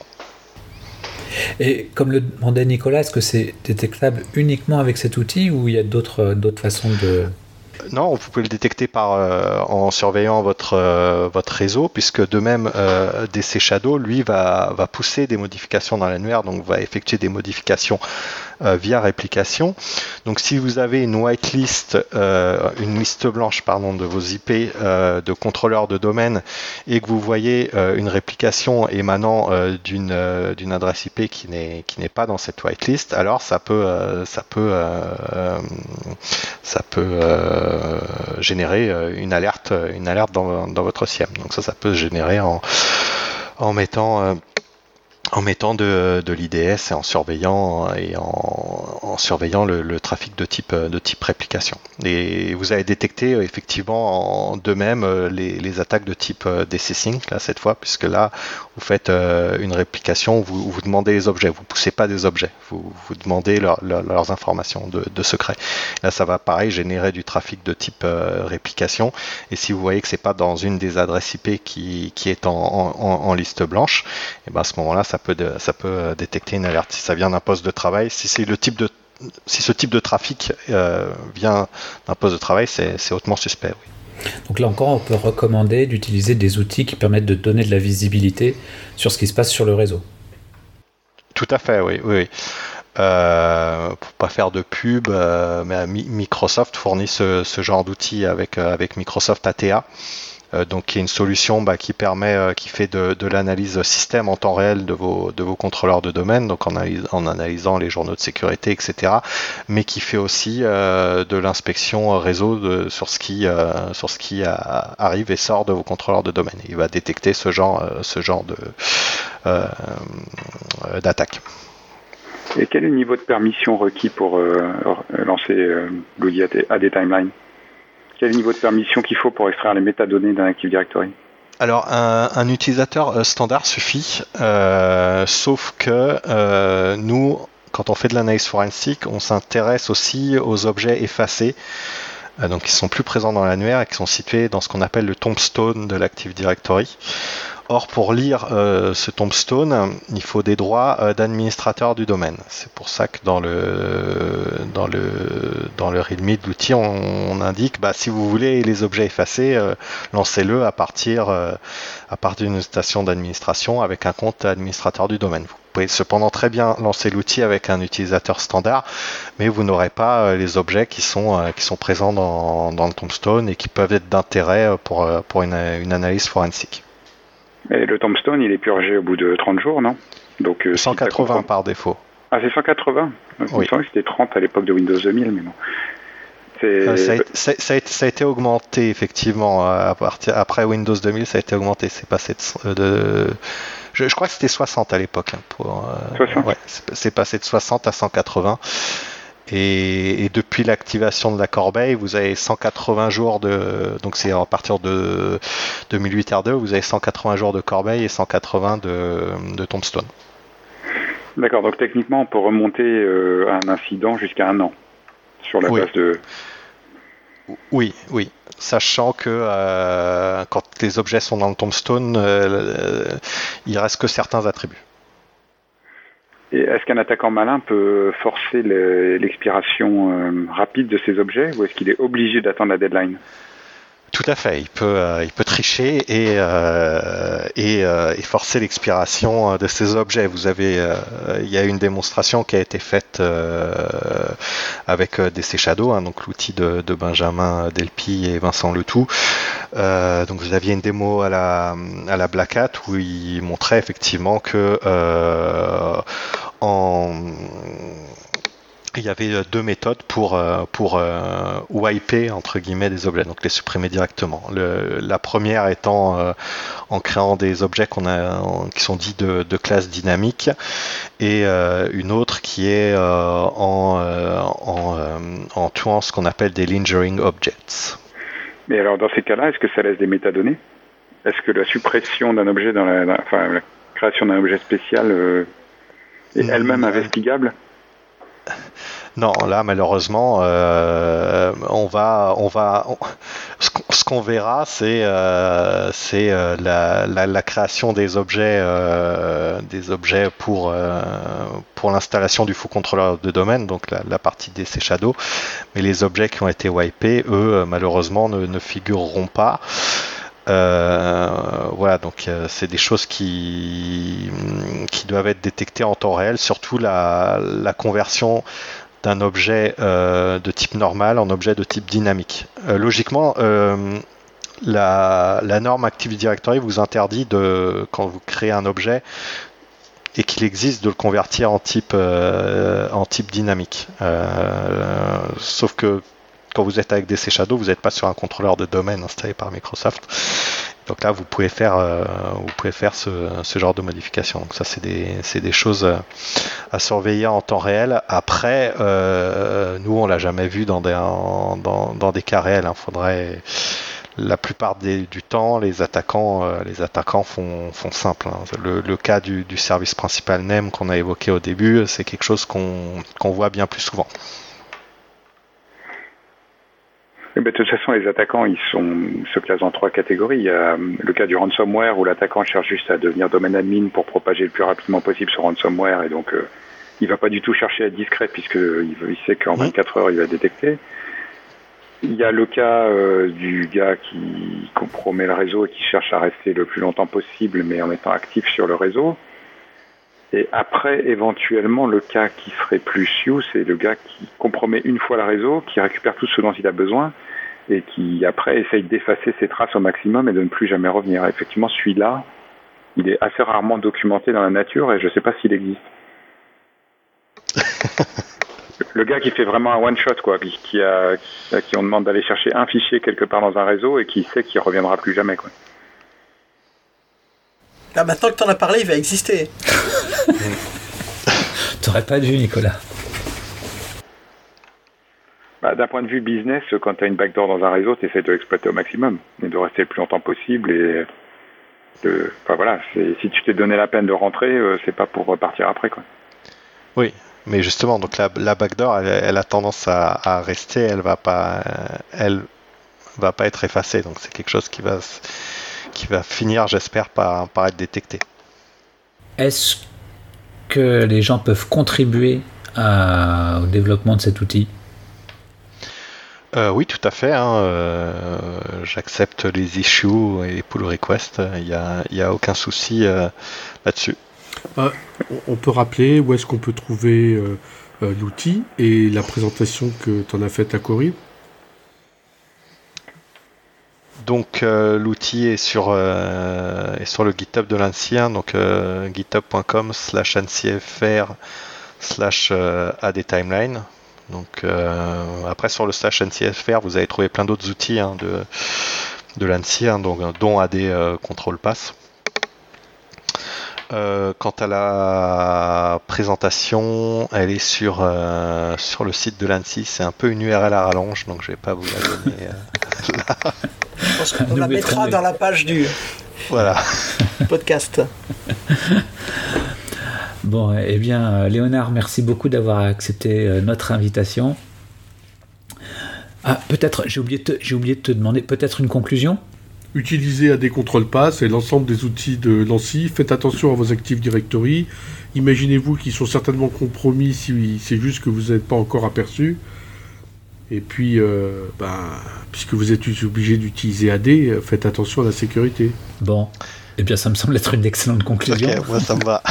[SPEAKER 1] Et comme le demandait Nicolas, est-ce que c'est détectable uniquement avec cet outil ou il y a d'autres, d'autres façons de...
[SPEAKER 2] Non, vous pouvez le détecter par, euh, en surveillant votre, euh, votre réseau, puisque de même, euh, D C Shadow, lui, va, va pousser des modifications dans l'annuaire, donc va effectuer des modifications euh, via réplication. Donc si vous avez une whitelist, euh, une liste blanche pardon, de vos I P euh, de contrôleurs de domaine, et que vous voyez euh, une réplication émanant euh, d'une, euh, d'une adresse I P qui n'est, qui n'est pas dans cette whitelist, alors ça peut, euh, ça peut, euh, ça peut euh, Euh, générer une alerte, une alerte dans, dans votre S I E M. Donc ça, ça peut se générer en, en mettant, euh, en mettant de, de l'I D S et en surveillant et en, en surveillant le, le trafic de type, de type réplication. Et vous avez détecté effectivement en, de même les, les attaques de type D C Sync là cette fois, puisque là vous faites euh, une réplication, vous, vous demandez les objets, vous poussez pas des objets, vous, vous demandez leur, leur, leurs informations de, de secret. Là ça va pareil générer du trafic de type euh, réplication, et si vous voyez que c'est pas dans une des adresses I P qui, qui est en, en, en liste blanche, et ben à ce moment-là ça peut, de, ça peut détecter une alerte. Si ça vient d'un poste de travail, si c'est le type de si ce type de trafic euh, vient d'un poste de travail, c'est, c'est hautement suspect. Oui.
[SPEAKER 1] Donc là encore, on peut recommander d'utiliser des outils qui permettent de donner de la visibilité sur ce qui se passe sur le réseau.
[SPEAKER 2] Tout à fait, oui. oui. Euh, pour pas faire de pub, euh, mais Microsoft fournit ce, ce genre d'outils avec, avec Microsoft A T A. Euh, donc qui est une solution bah, qui permet, euh, qui fait de, de l'analyse système en temps réel de vos, de vos contrôleurs de domaine, donc en, analyse, en analysant les journaux de sécurité, et cetera. Mais qui fait aussi euh, de l'inspection réseau de, sur ce qui, euh, sur ce qui a, arrive et sort de vos contrôleurs de domaine. Il va détecter ce genre, euh, ce genre de, euh, d'attaque.
[SPEAKER 5] Et quel est le niveau de permission requis pour euh, lancer euh, l'outil A D Timeline ? Quel est le niveau de permission qu'il faut pour extraire les métadonnées d'un Active Directory ?
[SPEAKER 2] Alors, un, un utilisateur standard suffit, euh, sauf que euh, nous, quand on fait de l'analyse forensique, on s'intéresse aussi aux objets effacés, euh, donc qui sont plus présents dans l'annuaire et qui sont situés dans ce qu'on appelle le tombstone de l'Active Directory. Or, pour lire euh, ce tombstone, il faut des droits euh, d'administrateur du domaine. C'est pour ça que dans le dans le dans le README de l'outil, on, on indique, bah, si vous voulez les objets effacés, euh, lancez-le à partir euh, à partir d'une station d'administration avec un compte administrateur du domaine. Vous pouvez cependant très bien lancer l'outil avec un utilisateur standard, mais vous n'aurez pas euh, les objets qui sont euh, qui sont présents dans dans le tombstone et qui peuvent être d'intérêt pour pour une, une analyse forensique.
[SPEAKER 5] Et le tombstone, il est purgé au bout de trente jours, non? Donc, euh,
[SPEAKER 2] cent quatre-vingts
[SPEAKER 5] si
[SPEAKER 2] par défaut.
[SPEAKER 5] Ah, c'est cent quatre-vingts? Il
[SPEAKER 2] Oui.
[SPEAKER 5] me semblait que c'était trente à l'époque de Windows deux mille, mais bon.
[SPEAKER 2] C'est... Ça, a, ça, ça, a été, ça a été augmenté, effectivement. À partir, après Windows deux mille, ça a été augmenté. C'est passé de... de je, je crois que c'était soixante à l'époque. Hein, pour,
[SPEAKER 5] soixante
[SPEAKER 2] ouais, c'est, c'est passé de soixante à cent quatre-vingts. Et, et depuis l'activation de la corbeille, vous avez cent quatre-vingts jours de... Donc c'est à partir de deux mille huit R deux, vous avez cent quatre-vingts jours de corbeille et cent quatre-vingts de, de tombstone.
[SPEAKER 5] D'accord, donc techniquement, on peut remonter euh, un incident jusqu'à un an sur la
[SPEAKER 2] oui.
[SPEAKER 5] base de...
[SPEAKER 2] Oui, oui. Sachant que euh, quand les objets sont dans le tombstone, euh, il reste que certains attributs.
[SPEAKER 5] Et est-ce qu'un attaquant malin peut forcer le, l'expiration euh, rapide de ces objets, ou est-ce qu'il est obligé d'attendre la deadline?
[SPEAKER 2] Tout à fait, il peut, euh, il peut tricher et, euh, et, euh, et forcer l'expiration de ces objets. Vous avez, euh, il y a une démonstration qui a été faite euh, avec D C Shadow, hein, donc l'outil de, de Benjamin Delpy et Vincent Letout. Euh, donc vous aviez une démo à la, à la Black Hat où il montrait effectivement que euh, en il y avait deux méthodes pour, pour euh, wiper entre guillemets des objets, donc les supprimer directement. Le, la première étant euh, en créant des objets qu'on a, en, qui sont dits de, de classe dynamique, et euh, une autre qui est euh, en, euh, en, euh, en tuant ce qu'on appelle des lingering objects.
[SPEAKER 5] Mais alors dans ces cas-là, est-ce que ça laisse des métadonnées? Est-ce que la suppression d'un objet dans la, la enfin la création d'un objet spécial euh, est mmh. elle-même investigable?
[SPEAKER 2] Non, là malheureusement, euh, on va, on va, on, ce, qu'on, ce qu'on verra, c'est, euh, c'est euh, la, la, la création des objets, euh, des objets pour euh, pour l'installation du faux contrôleur de domaine, donc la, la partie D C Shadow. Mais les objets qui ont été wipés, eux, malheureusement, ne, ne figureront pas. Euh, voilà, donc euh, c'est des choses qui, qui doivent être détectées en temps réel, surtout la, la conversion d'un objet euh, de type normal en objet de type dynamique. Euh, logiquement, euh, la, la norme Active Directory vous interdit de, quand vous créez un objet et qu'il existe, de le convertir en type, euh, en type dynamique. Euh, sauf que quand vous êtes avec D C Shadow, vous n'êtes pas sur un contrôleur de domaine installé par Microsoft. Donc là, vous pouvez faire, euh, vous pouvez faire ce, ce genre de modification. Donc ça, c'est des, c'est des choses à surveiller en temps réel. Après, euh, nous, on l'a jamais vu dans des, en, dans, dans des cas réels. Hein. Faudrait, la plupart des, du temps, les attaquants, euh, les attaquants font, font simple. Hein. Le, le cas du, du service principal N E M qu'on a évoqué au début, c'est quelque chose qu'on, qu'on voit bien plus souvent.
[SPEAKER 5] Eh ben, de toute façon, les attaquants, ils sont, se classent en trois catégories. Il y a le cas du ransomware où l'attaquant cherche juste à devenir domaine admin pour propager le plus rapidement possible son ransomware, et donc euh, il va pas du tout chercher à être discret puisqu'il il sait qu'en vingt-quatre heures il va détecter. Il y a le cas euh, du gars qui compromet le réseau et qui cherche à rester le plus longtemps possible mais en étant actif sur le réseau. Et après, éventuellement, le cas qui serait plus sioux, c'est le gars qui compromet une fois le réseau, qui récupère tout ce dont il a besoin, et qui, après, essaye d'effacer ses traces au maximum et de ne plus jamais revenir. Et effectivement, celui-là, il est assez rarement documenté dans la nature, et je ne sais pas s'il existe. Le gars qui fait vraiment un one-shot, quoi, qui, qui, a, à qui on demande d'aller chercher un fichier quelque part dans un réseau, et qui sait qu'il ne reviendra plus jamais, quoi.
[SPEAKER 4] Ah, maintenant que t'en as parlé, il va exister.
[SPEAKER 1] T'aurais pas dû, Nicolas.
[SPEAKER 5] Bah, d'un point de vue business, quand tu as une backdoor dans un réseau, tu essaies de l'exploiter au maximum et de rester le plus longtemps possible. Et de, enfin, voilà, c'est, si tu t'es donné la peine de rentrer, euh, c'est pas pour repartir après, quoi.
[SPEAKER 2] Oui, mais justement, donc la, la backdoor, elle, elle a tendance à, à rester, elle va pas, elle va pas être effacée. Donc c'est quelque chose qui va qui va finir, j'espère, par, par être détecté.
[SPEAKER 1] Est-ce que les gens peuvent contribuer à, au développement de cet outil ?
[SPEAKER 2] Euh, oui, tout à fait. Hein. Euh, j'accepte les issues et les pull requests. Il n'y a, y a aucun souci euh, là-dessus.
[SPEAKER 3] Euh, on peut rappeler où est-ce qu'on peut trouver euh, euh, l'outil et la présentation que tu en as faite à Corib.
[SPEAKER 2] Donc euh, l'outil est sur, euh, est sur le GitHub de l'ANSI, hein, donc euh, github.com slash ncfr slash adtimeline. Donc euh, après sur le slash ncfr vous allez trouver plein d'autres outils hein, de, de l'ANSI, hein, donc, dont A D euh, Control Pass. Euh, quant à la présentation, elle est sur, euh, sur le site de l'ANSI. C'est un peu une U R L à rallonge, donc je vais pas vous la donner euh, là.
[SPEAKER 4] Je pense qu'on la mettra dans la page du
[SPEAKER 2] voilà.
[SPEAKER 4] podcast.
[SPEAKER 1] Bon, eh bien, Léonard, merci beaucoup d'avoir accepté notre invitation. Ah, peut-être, j'ai oublié, de te, j'ai oublié de te demander, peut-être une conclusion ?
[SPEAKER 3] Utilisez A D Control Pass et l'ensemble des outils de l'ANSI. Faites attention à vos Active Directory. Imaginez-vous qu'ils sont certainement compromis si c'est juste que vous n'êtes pas encore aperçu. Et puis, euh, ben, puisque vous êtes obligé d'utiliser A D, faites attention à la sécurité.
[SPEAKER 1] Bon, eh bien, ça me semble être une excellente conclusion.
[SPEAKER 2] Ok, moi ça me va.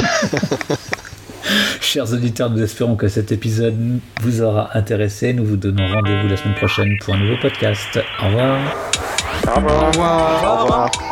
[SPEAKER 1] Chers auditeurs, nous espérons que cet épisode vous aura intéressé. Nous vous donnons rendez-vous la semaine prochaine pour un nouveau podcast. Au revoir.
[SPEAKER 5] Au revoir.
[SPEAKER 3] Au revoir.
[SPEAKER 2] Au revoir.